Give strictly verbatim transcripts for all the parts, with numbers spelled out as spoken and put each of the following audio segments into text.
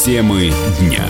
Темы дня.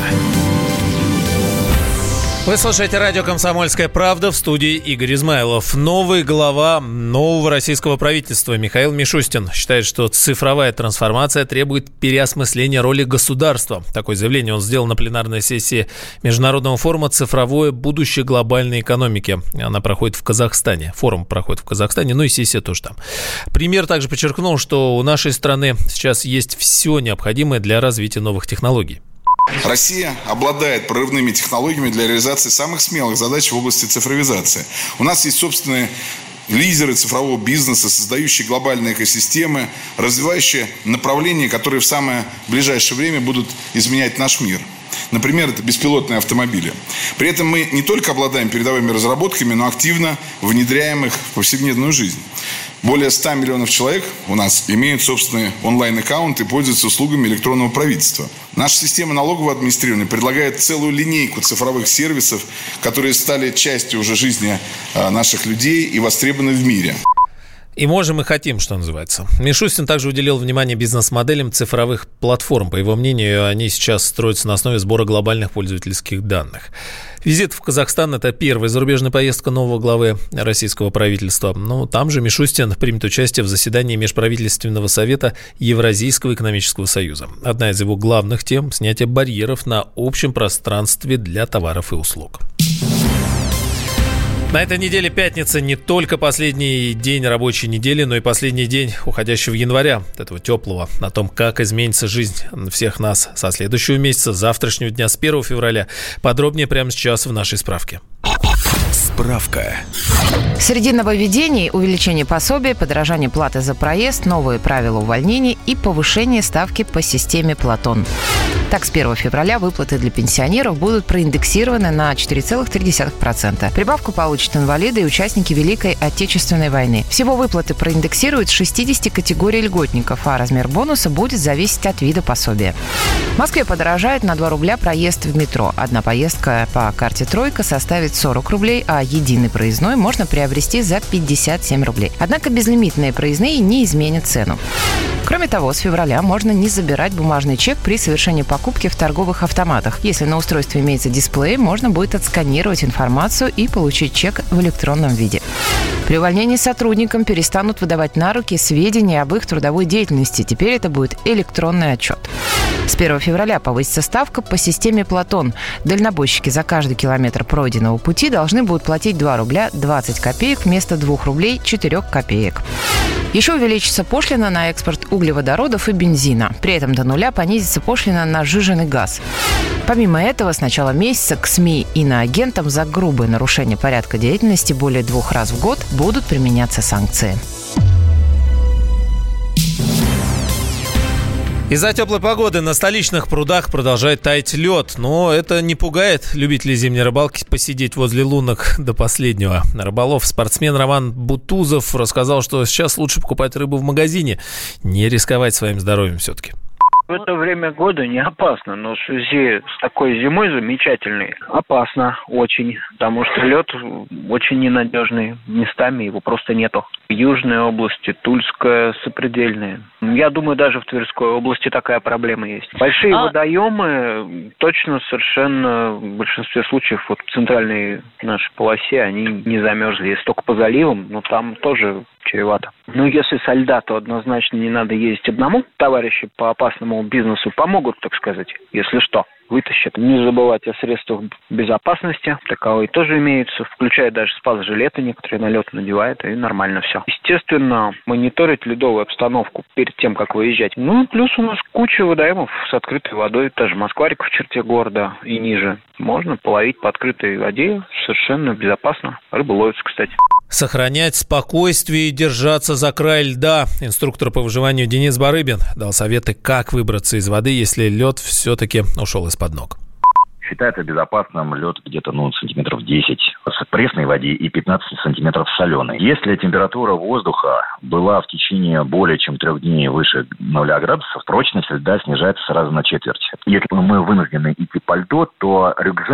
Вы слушаете радио «Комсомольская правда», в студии Игорь Измайлов. Новый глава нового российского правительства Михаил Мишустин считает, что цифровая трансформация требует переосмысления роли государства. Такое заявление он сделал на пленарной сессии Международного форума «Цифровое будущее глобальной экономики». Она проходит в Казахстане. Форум проходит в Казахстане, ну и сессия тоже там. Премьер также подчеркнул, что у нашей страны сейчас есть все необходимое для развития новых технологий. Россия обладает прорывными технологиями для реализации самых смелых задач в области цифровизации. У нас есть собственные лидеры цифрового бизнеса, создающие глобальные экосистемы, развивающие направления, которые в самое ближайшее время будут изменять наш мир. Например, это беспилотные автомобили. При этом мы не только обладаем передовыми разработками, но активно внедряем их в повседневную жизнь. Более ста миллионов человек у нас имеют собственные онлайн-аккаунты и пользуются услугами электронного правительства. Наша система налогового администрирования предлагает целую линейку цифровых сервисов, которые стали частью уже жизни наших людей и востребованы в мире. И можем, и хотим, что называется. Мишустин также уделил внимание бизнес-моделям цифровых платформ. По его мнению, они сейчас строятся на основе сбора глобальных пользовательских данных. Визит в Казахстан – это первая зарубежная поездка нового главы российского правительства. Ну, там же Мишустин примет участие в заседании Межправительственного совета Евразийского экономического союза. Одна из его главных тем – снятие барьеров на общем пространстве для товаров и услуг. На этой неделе пятница не только последний день рабочей недели, но и последний день уходящего января, этого теплого. О том, как изменится жизнь всех нас со следующего месяца, завтрашнего дня, с первого февраля. Подробнее прямо сейчас в нашей справке. Справка. Среди нововведений – увеличение пособия, подорожание платы за проезд, новые правила увольнений и повышение ставки по системе «Платон». Так, с первого февраля выплаты для пенсионеров будут проиндексированы на четыре целых три десятых процента. Прибавку получат инвалиды и участники Великой Отечественной войны. Всего выплаты проиндексируют с шестидесяти категорий льготников, а размер бонуса будет зависеть от вида пособия. В Москве подорожает на два рубля проезд в метро. Одна поездка по карте «Тройка» составит сорок рублей, а единый проездной можно приобрести за пятьдесят семь рублей. Однако безлимитные проездные не изменят цену. Кроме того, с февраля можно не забирать бумажный чек при совершении покупки в торговых автоматах. Если на устройстве имеется дисплей, можно будет отсканировать информацию и получить чек в электронном виде. При увольнении сотрудникам перестанут выдавать на руки сведения об их трудовой деятельности. Теперь это будет электронный отчет. С первого февраля повысится ставка по системе «Платон». Дальнобойщики за каждый километр пройденного пути должны будут платить два рубля двадцать копеек вместо двух рублей четырех копеек. Еще увеличится пошлина на экспорт углеводородов и бензина. При этом до нуля понизится пошлина на сжиженный газ. Помимо этого, с начала месяца к СМИ и иноагентам за грубое нарушение порядка деятельности более двух раз в год будут применяться санкции. Из-за теплой погоды на столичных прудах продолжает таять лед, но это не пугает любителей зимней рыбалки посидеть возле лунок до последнего. Рыболов-спортсмен Роман Бутузов рассказал, что сейчас лучше покупать рыбу в магазине, не рисковать своим здоровьем все-таки. В это время года не опасно, но в связи с такой зимой замечательной опасно очень, потому что лед очень ненадежный, местами его просто нету. В Южной области, Тульская, сопредельная. Я думаю, даже в Тверской области такая проблема есть. Большие а... водоемы точно совершенно в большинстве случаев вот в центральной нашей полосе они не замерзли. Если только по заливам, но там тоже чревато. Но если со льда, то однозначно не надо ездить одному. Товарищи по опасному бизнесу помогут, так сказать, если что, вытащат. Не забывать о средствах безопасности. Таковые тоже имеются, включая даже спас-жилеты. Некоторые на лед надевают, и нормально все. Естественно, мониторить ледовую обстановку перед тем, как выезжать. Ну, плюс у нас куча водоемов с открытой водой. Даже Москва-река в черте города и ниже. Можно половить по открытой воде совершенно безопасно. Рыба ловится, кстати. Сохранять спокойствие и держаться за край льда. Инструктор по выживанию Денис Барыбин дал советы, как выбраться из воды, если лед все-таки ушел из-под ног. Считается безопасным лед где-то ну, сантиметров десять с пресной воде и пятнадцать сантиметров соленой. Если температура воздуха была в течение более чем трех дней выше нуля градусов, прочность льда снижается сразу на четверть. Если мы вынуждены идти по льду, то рюкзак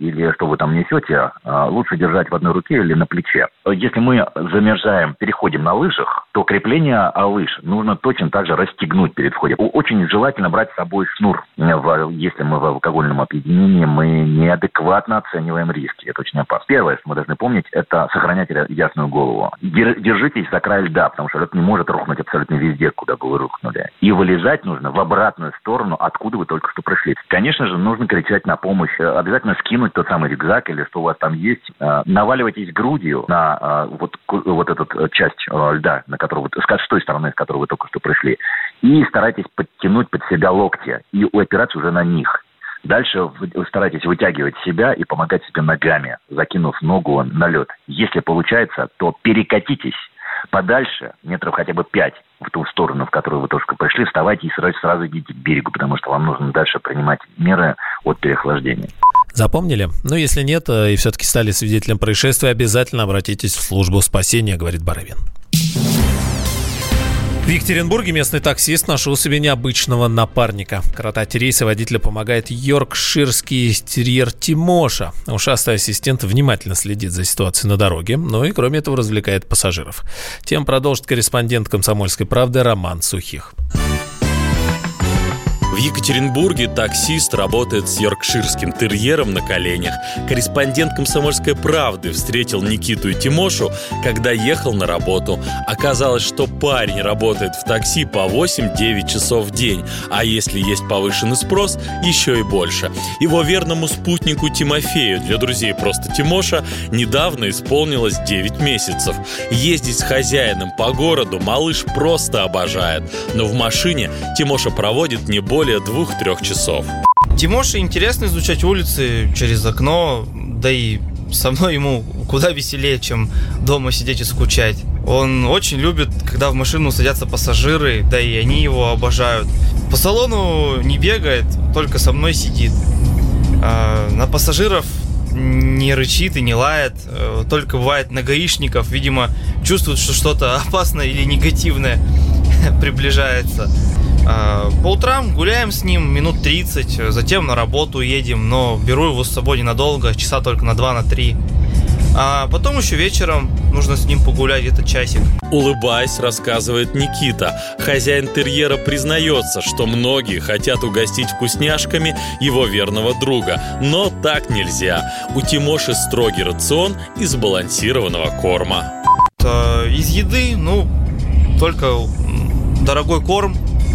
или что вы там несете, лучше держать в одной руке или на плече. Если мы замерзаем, переходим на лыжах, то крепление лыж нужно точно так же расстегнуть перед входом. Очень желательно брать с собой шнур. Если мы в алкогольном опьянении, мы неадекватно оцениваем риски. Это очень опасно. Первое, что мы должны помнить, это сохранять ясную голову. Держитесь за край льда, потому что лед не может рухнуть абсолютно везде, куда бы вы рухнули. И вылезать нужно в обратную сторону, откуда вы только что пришли. Конечно же, нужно кричать на помощь. Обязательно скинуть тот самый рюкзак или что у вас там есть. Наваливайтесь грудью на вот, вот эту часть льда, на которую вы, с той стороны, с которой вы только что пришли. И старайтесь подтянуть под себя локти и опираться уже на них. Дальше вы старайтесь вытягивать себя и помогать себе ногами, закинув ногу на лед. Если получается, то перекатитесь подальше, метров хотя бы пять, в ту сторону, в которую вы только пришли, вставайте и сразу, сразу идите к берегу, потому что вам нужно дальше принимать меры от переохлаждения. Запомнили? Ну, если нет, и все-таки стали свидетелем происшествия, обязательно обратитесь в службу спасения, говорит Барывин. В Екатеринбурге местный таксист нашел себе необычного напарника. Коротать рейсы водителя помогает йоркширский терьер Тимоша. Ушастый ассистент внимательно следит за ситуацией на дороге, но и, кроме этого, развлекает пассажиров. Тем продолжит корреспондент «Комсомольской правды» Роман Сухих. В Екатеринбурге таксист работает с йоркширским терьером на коленях. Корреспондент «Комсомольской правды» встретил Никиту и Тимошу, когда ехал на работу. Оказалось, что парень работает в такси по восемь-девять часов в день, а если есть повышенный спрос, еще и больше. Его верному спутнику Тимофею, для друзей просто Тимоша, недавно исполнилось девять месяцев. Ездить с хозяином по городу малыш просто обожает, но в машине Тимоша проводит не более более двух-трех часов. Тимоше интересно изучать улицы через окно, да и со мной ему куда веселее, чем дома сидеть и скучать. Он очень любит, когда в машину садятся пассажиры, да и они его обожают. По салону не бегает, только со мной сидит. А на пассажиров не рычит и не лает, только бывает на гаишников, видимо, чувствует, что что-то опасное или негативное приближается. По утрам гуляем с ним минут тридцать, затем на работу едем, но беру его с собой ненадолго, часа только на два, на три. А потом еще вечером нужно с ним погулять где-то часик. Улыбаясь, рассказывает Никита. Хозяин терьера признается, что многие хотят угостить вкусняшками его верного друга, но так нельзя. У Тимоши строгий рацион из сбалансированного корма. Из еды, ну, только дорогой корм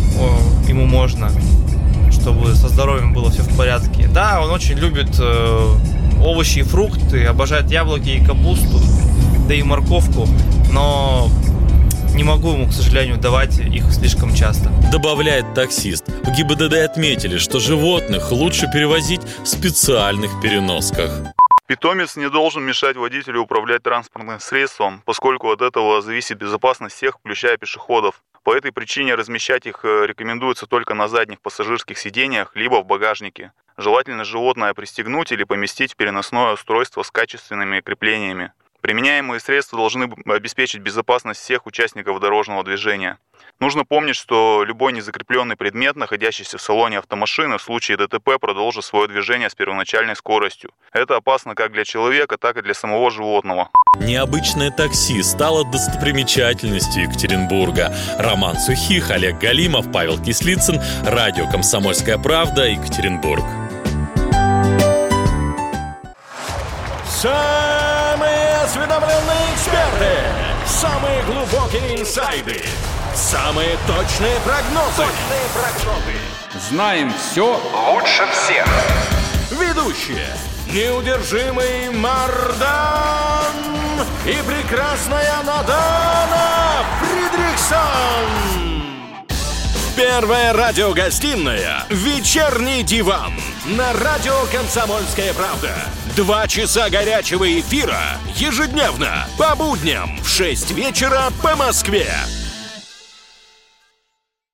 ему можно, чтобы со здоровьем было все в порядке. Да, он очень любит э, овощи и фрукты, обожает яблоки и капусту, да и морковку, но не могу ему, к сожалению, давать их слишком часто. Добавляет таксист. В ГИБДД отметили, что животных лучше перевозить в специальных переносках. Питомец не должен мешать водителю управлять транспортным средством, поскольку от этого зависит безопасность всех, включая пешеходов. По этой причине размещать их рекомендуется только на задних пассажирских сидениях, либо в багажнике. Желательно животное пристегнуть или поместить в переносное устройство с качественными креплениями. Применяемые средства должны обеспечить безопасность всех участников дорожного движения. Нужно помнить, что любой незакрепленный предмет, находящийся в салоне автомашины, в случае ДТП продолжит свое движение с первоначальной скоростью. Это опасно как для человека, так и для самого животного. Необычное такси стало достопримечательностью Екатеринбурга. Роман Сухих, Олег Галимов, Павел Кислицын. Радио «Комсомольская правда», Екатеринбург. Самые осведомленные эксперты, самые глубокие инсайды, самые точные прогнозы. Точные прогнозы. Знаем все лучше всех. Ведущие: неудержимый Мардан и прекрасная Надана Фридрихсон. Первая радиогостинная «Вечерний диван» на радио «Комсомольская правда». Два часа горячего эфира ежедневно по будням в шесть вечера по Москве.